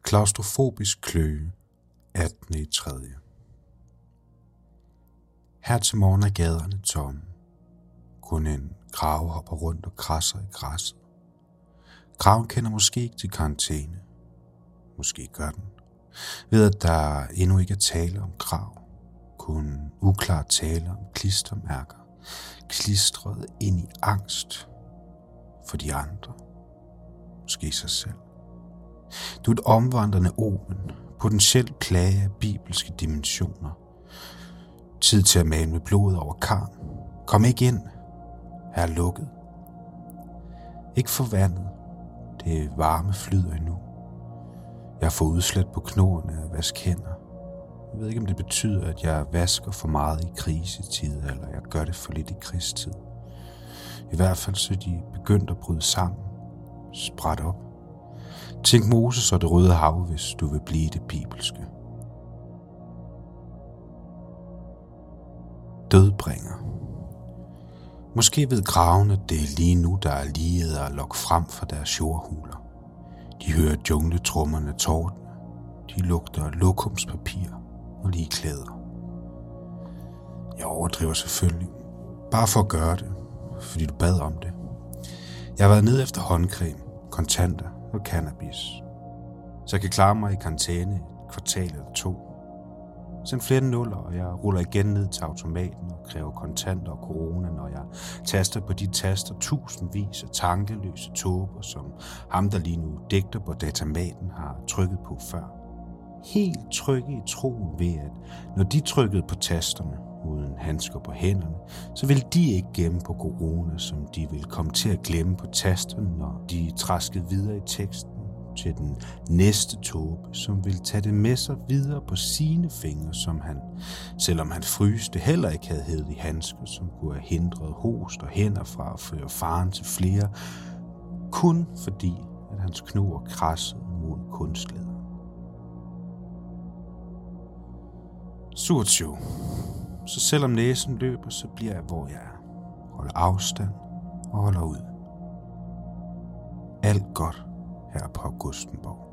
Klaustrofobisk kløe, 18.3. Her til morgen er gaderne tomme. Kun en krage hopper rundt og krasser i græsset. Kraven kender måske ikke til karantæne. Måske gør den. Ved at der endnu ikke er tale om krav. Kun uklar tale om klistermærker. Klistret ind i angst for de andre. Måske sig selv. Du er et omvandrende omen, potentielt plage af bibelske dimensioner. Tid til at male med blodet over karm. Kom ikke ind. Her er lukket. Ikke for vandet. Det varme flyder endnu. Jeg får udslæt på knoerne og vask hænder. Jeg ved ikke, om det betyder, at jeg vasker for meget i krisetid, eller jeg gør det for lidt i krigstid. I hvert fald så er de begyndt at bryde sammen. Spræt op. Tænk Moses og det røde hav, hvis du vil blive det bibelske. Dødbringer. Måske ved gravene, at det er lige nu, der er liget at lokke frem fra deres jordhuler. De hører jungletrummerne tordne. De lugter lokumspapir og lige klæder. Jeg overdriver selvfølgelig. Bare for at gøre det, fordi du bad om det. Jeg har været nede efter håndcreme, kontanter og cannabis. Så jeg kan klare mig i karantæne et kvartal eller 2. Send flere nuller, og jeg ruller igen ned til automaten og kræver kontanter og corona, når jeg taster på de taster tusindvis af tankeløse tåber, som ham, der lige nu digter på datamaten, har trykket på før. Helt trygge i troen ved, at når de trykkede på tasterne uden handsker på hænderne, så ville de ikke gemme på corona, som de ville komme til at glemme på tasterne, når de traskede videre i teksten til den næste tåbe, som ville tage det med sig videre på sine fingre, som han, selvom han fryste, heller ikke havde hævet i handsker, som kunne have hindret host og hænder fra at føre faren til flere, kun fordi, at hans knoer krassede mod kunstlederen. Surt jo. Så selvom næsen løber, så bliver jeg, hvor jeg er. Holder afstand og holder ud. Alt godt her på Augustenborg.